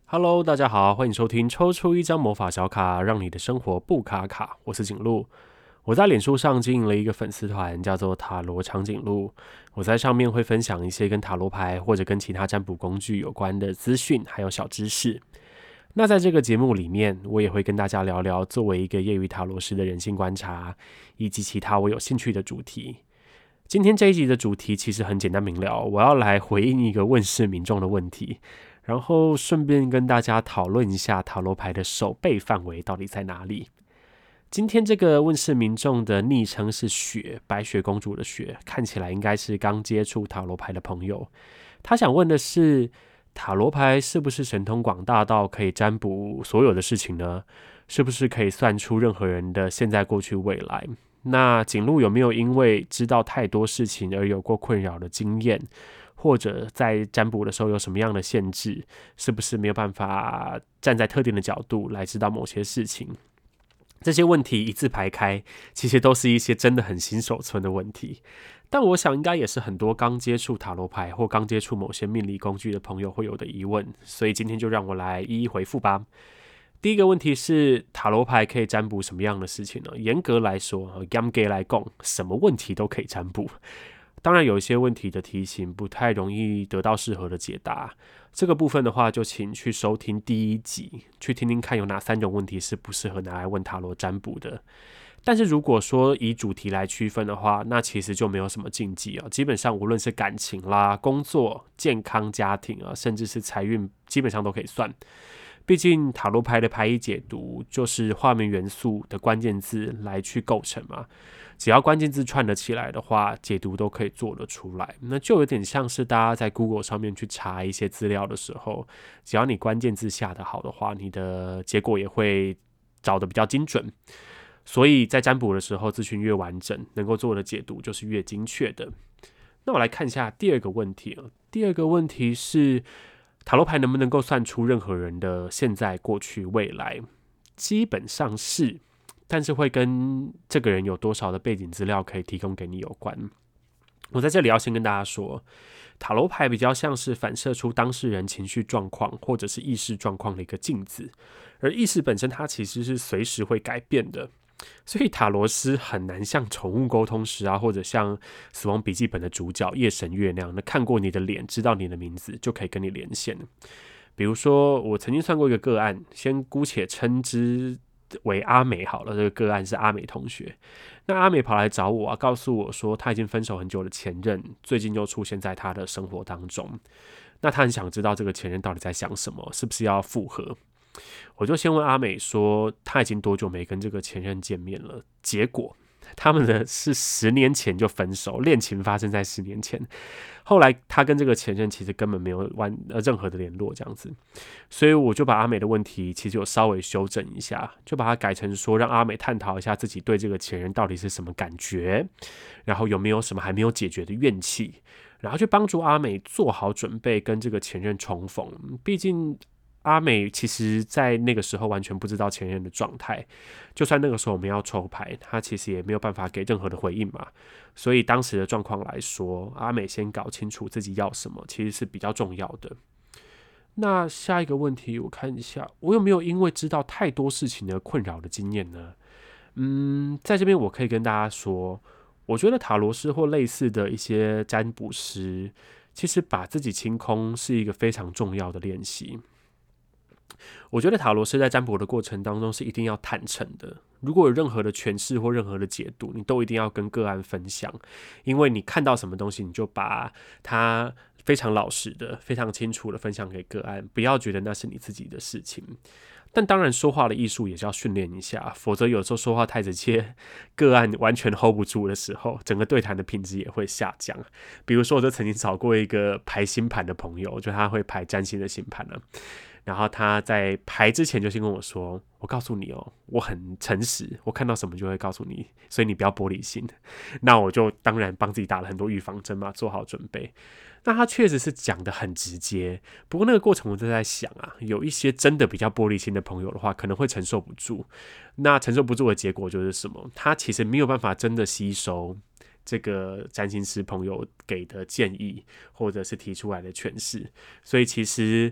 Hello，大家好，欢迎收听抽出一张魔法小卡，让你的生活不卡卡。我是景路，我在脸书上经营了一个粉丝团，叫做塔罗长颈鹿。我在上面会分享一些跟塔罗牌或者跟其他占卜工具有关的资讯，还有小知识。那在这个节目里面，我也会跟大家聊聊作为一个业余塔罗师的人性观察，以及其他我有兴趣的主题。今天这一集的主题其实很简单明了，我要来回应一个问世民众的问题。然后顺便跟大家讨论一下塔罗牌的守备范围到底在哪里。今天这个问世民众的昵称是雪，白雪公主的雪，看起来应该是刚接触塔罗牌的朋友。他想问的是，塔罗牌是不是神通广大到可以占卜所有的事情呢？是不是可以算出任何人的现在、过去、未来？那景路有没有因为知道太多事情而有过困扰的经验？或者在占卜的时候有什么样的限制？是不是没有办法站在特定的角度来知道某些事情？这些问题一字排开，其实都是一些真的很新手村的问题。但我想应该也是很多刚接触塔罗牌或刚接触某些命理工具的朋友会有的疑问，所以今天就让我来一一回复吧。第一个问题是，塔罗牌可以占卜什么样的事情呢？严格来说，严格来讲，什么问题都可以占卜。当然有一些问题的题型不太容易得到适合的解答，这个部分的话就请去收听第一集，去听听看有哪3种问题是不适合拿来问塔罗占卜的。但是如果说以主题来区分的话，那其实就没有什么禁忌基本上无论是感情啦、工作、健康、家庭甚至是财运，基本上都可以算。毕竟塔罗牌的牌意解读就是画面元素的关键字来去构成嘛，只要关键字串得起来的话，解读都可以做得出来。那就有点像是大家在 Google 上面去查一些资料的时候，只要你关键字下得好的话，你的结果也会找得比较精准。所以在占卜的时候，资讯越完整，能够做的解读就是越精确的。那我来看一下第二个问题第二个问题是，塔罗牌能不能够算出任何人的现在、过去、未来？基本上是，但是会跟这个人有多少的背景资料可以提供给你有关。我在这里要先跟大家说，塔罗牌比较像是反射出当事人情绪状况或者是意识状况的一个镜子，而意识本身它其实是随时会改变的。所以塔罗师很难像宠物沟通师或者像死亡笔记本的主角夜神月那样，看过你的脸，知道你的名字，就可以跟你连线。比如说，我曾经算过一个个案，先姑且称之为阿美好了。这个个案是阿美同学。那阿美跑来找我告诉我说，她已经分手很久的前任，最近又出现在她的生活当中。那她很想知道这个前任到底在想什么，是不是要复合？我就先问阿美说，她已经多久没跟这个前任见面了？结果他们的是10年前就分手，恋情发生在10年前。后来他跟这个前任其实根本没有任何的联络，这样子。所以我就把阿美的问题其实有稍微修正一下，就把它改成说，让阿美探讨一下自己对这个前任到底是什么感觉，然后有没有什么还没有解决的怨气，然后去帮助阿美做好准备跟这个前任重逢。毕竟阿美其实在那个时候完全不知道前任的状态，就算那个时候我们要抽牌，她其实也没有办法给任何的回应嘛。所以当时的状况来说，阿美先搞清楚自己要什么，其实是比较重要的。那下一个问题，我看一下，我有没有因为知道太多事情而困扰的经验呢？在这边我可以跟大家说，我觉得塔罗师或类似的一些占卜师，其实把自己清空是一个非常重要的练习。我觉得塔罗师在占卜的过程当中是一定要坦诚的，如果有任何的诠释或任何的解读，你都一定要跟个案分享，因为你看到什么东西，你就把它非常老实的、非常清楚的分享给个案，不要觉得那是你自己的事情。但当然，说话的艺术也是要训练一下，否则有时候说话太直接，个案完全 hold 不住的时候，整个对谈的品质也会下降。比如说，我就曾经找过一个排星盘的朋友，就他会排占星的星盘然后他在排之前就先跟我说：“我告诉你我很诚实，我看到什么就会告诉你，所以你不要玻璃心。”那我就当然帮自己打了很多预防针嘛，做好准备。那他确实是讲得很直接，不过那个过程我就在想有一些真的比较玻璃心的朋友的话，可能会承受不住。那承受不住的结果就是什么？他其实没有办法真的吸收这个占星师朋友给的建议，或者是提出来的诠释，所以其实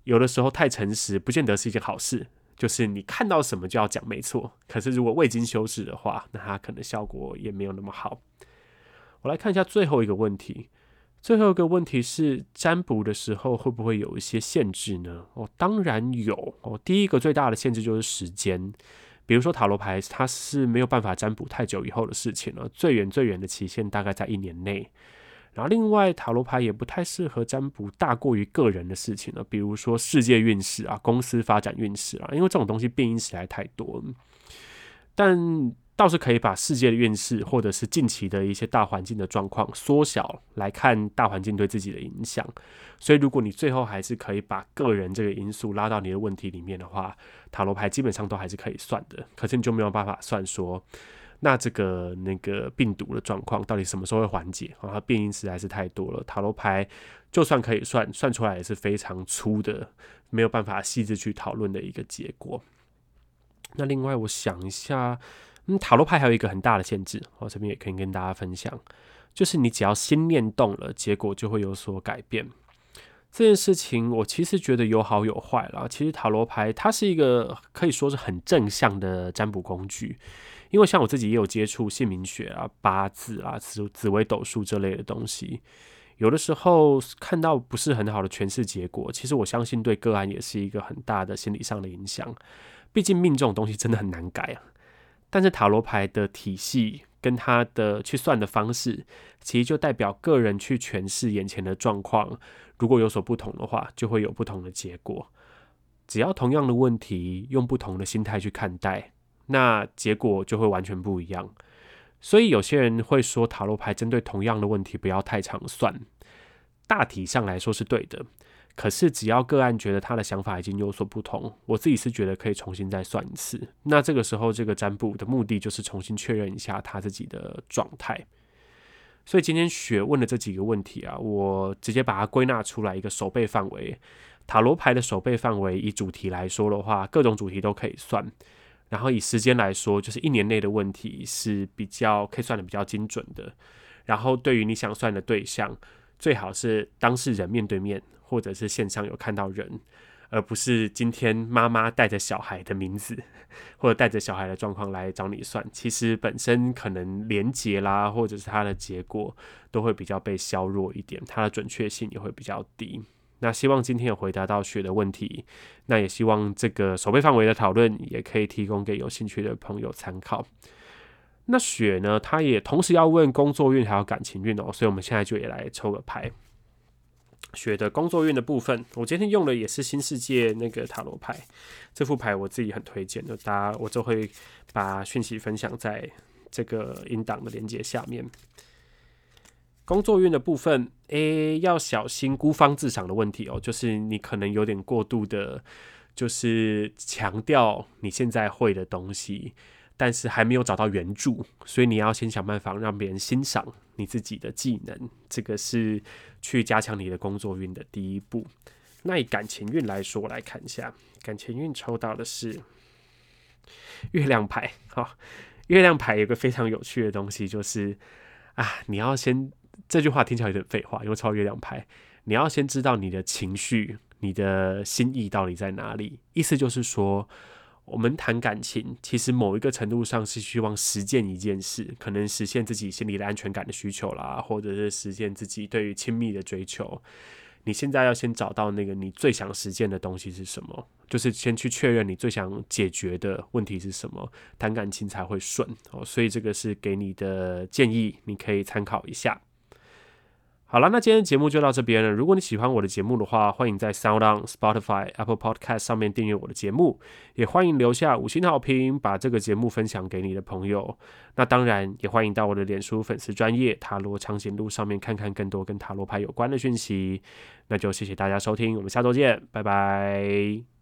有的时候太诚实不见得是一件好事，就是你看到什么就要讲没错，可是如果未经修饰的话，那它可能效果也没有那么好。我来看一下最后一个问题，最后一个问题是占卜的时候会不会有一些限制呢？当然有。第一个最大的限制就是时间，比如说塔罗牌它是没有办法占卜太久以后的事情了，最远最远的期限大概在1年内。然后另外塔罗牌也不太适合占卜大过于个人的事情了，比如说世界运势啊、公司发展运势啊，因为这种东西变因实在太多了。但倒是可以把世界的运势或者是近期的一些大环境的状况缩小来看大环境对自己的影响。所以如果你最后还是可以把个人这个因素拉到你的问题里面的话，塔罗牌基本上都还是可以算的。可是你就没有办法算说那这个病毒的状况到底什么时候会缓解？它变因实在是太多了，塔罗牌就算可以算出来也是非常粗的，没有办法细致去讨论的一个结果。那另外我想一下，塔罗牌还有一个很大的限制，我这边也可以跟大家分享，就是你只要心念动了，结果就会有所改变。这件事情我其实觉得有好有坏啦。其实塔罗牌它是一个可以说是很正向的占卜工具，因为像我自己也有接触姓名学啊、八字啊、紫微斗数这类的东西，有的时候看到不是很好的诠释结果，其实我相信对个案也是一个很大的心理上的影响。毕竟命这种东西真的很难改啊。但是塔罗牌的体系跟它的去算的方式，其实就代表个人去诠释眼前的状况，如果有所不同的话，就会有不同的结果。只要同样的问题，用不同的心态去看待，那结果就会完全不一样。所以有些人会说塔罗牌针对同样的问题不要太常算，大体上来说是对的。可是只要个案觉得他的想法已经有所不同，我自己是觉得可以重新再算一次。那这个时候这个占卜的目的就是重新确认一下他自己的状态。所以今天雪问的这几个问题啊，我直接把它归纳出来一个守备范围。塔罗牌的守备范围以主题来说的话，各种主题都可以算。然后以时间来说，就是1年内的问题是比较可以算的比较精准的。然后对于你想算的对象，最好是当事人面对面，或者是线上有看到人，而不是今天妈妈带着小孩的名字或者带着小孩的状况来找你算，其实本身可能连结啦，或者是它的结果都会比较被削弱一点，它的准确性也会比较低。那希望今天有回答到雪的问题，那也希望这个守备范围的讨论也可以提供给有兴趣的朋友参考。那雪呢，他也同时要问工作运还有感情运哦，所以我们现在就也来抽个牌。雪的工作运的部分，我今天用的也是新世界那个塔罗牌，这副牌我自己很推荐的，我就会把讯息分享在这个音档的连结下面。工作运的部分，要小心孤芳自赏的问题哦，就是你可能有点过度的，就是强调你现在会的东西，但是还没有找到原著，所以你要先想办法让别人欣赏你自己的技能，这个是去加强你的工作运的第一步。那以感情运来说，我来看一下，感情运抽到的是月亮牌。月亮牌有个非常有趣的东西，就是你要先，这句话听起来有点废话，因为抽月亮牌，你要先知道你的情绪、你的心意到底在哪里。意思就是说，我们谈感情，其实某一个程度上是希望实践一件事，可能实现自己心里的安全感的需求啦，或者是实现自己对于亲密的追求。你现在要先找到那个你最想实践的东西是什么，就是先去确认你最想解决的问题是什么，谈感情才会顺。所以这个是给你的建议，你可以参考一下。好了，那今天的节目就到这边了。如果你喜欢我的节目的话，欢迎在 SoundOn、Spotify、Apple Podcast 上面订阅我的节目，也欢迎留下5星好评，把这个节目分享给你的朋友。那当然，也欢迎到我的脸书粉丝专页塔罗长颈鹿上面看看更多跟塔罗牌有关的讯息。那就谢谢大家收听，我们下周见，拜拜。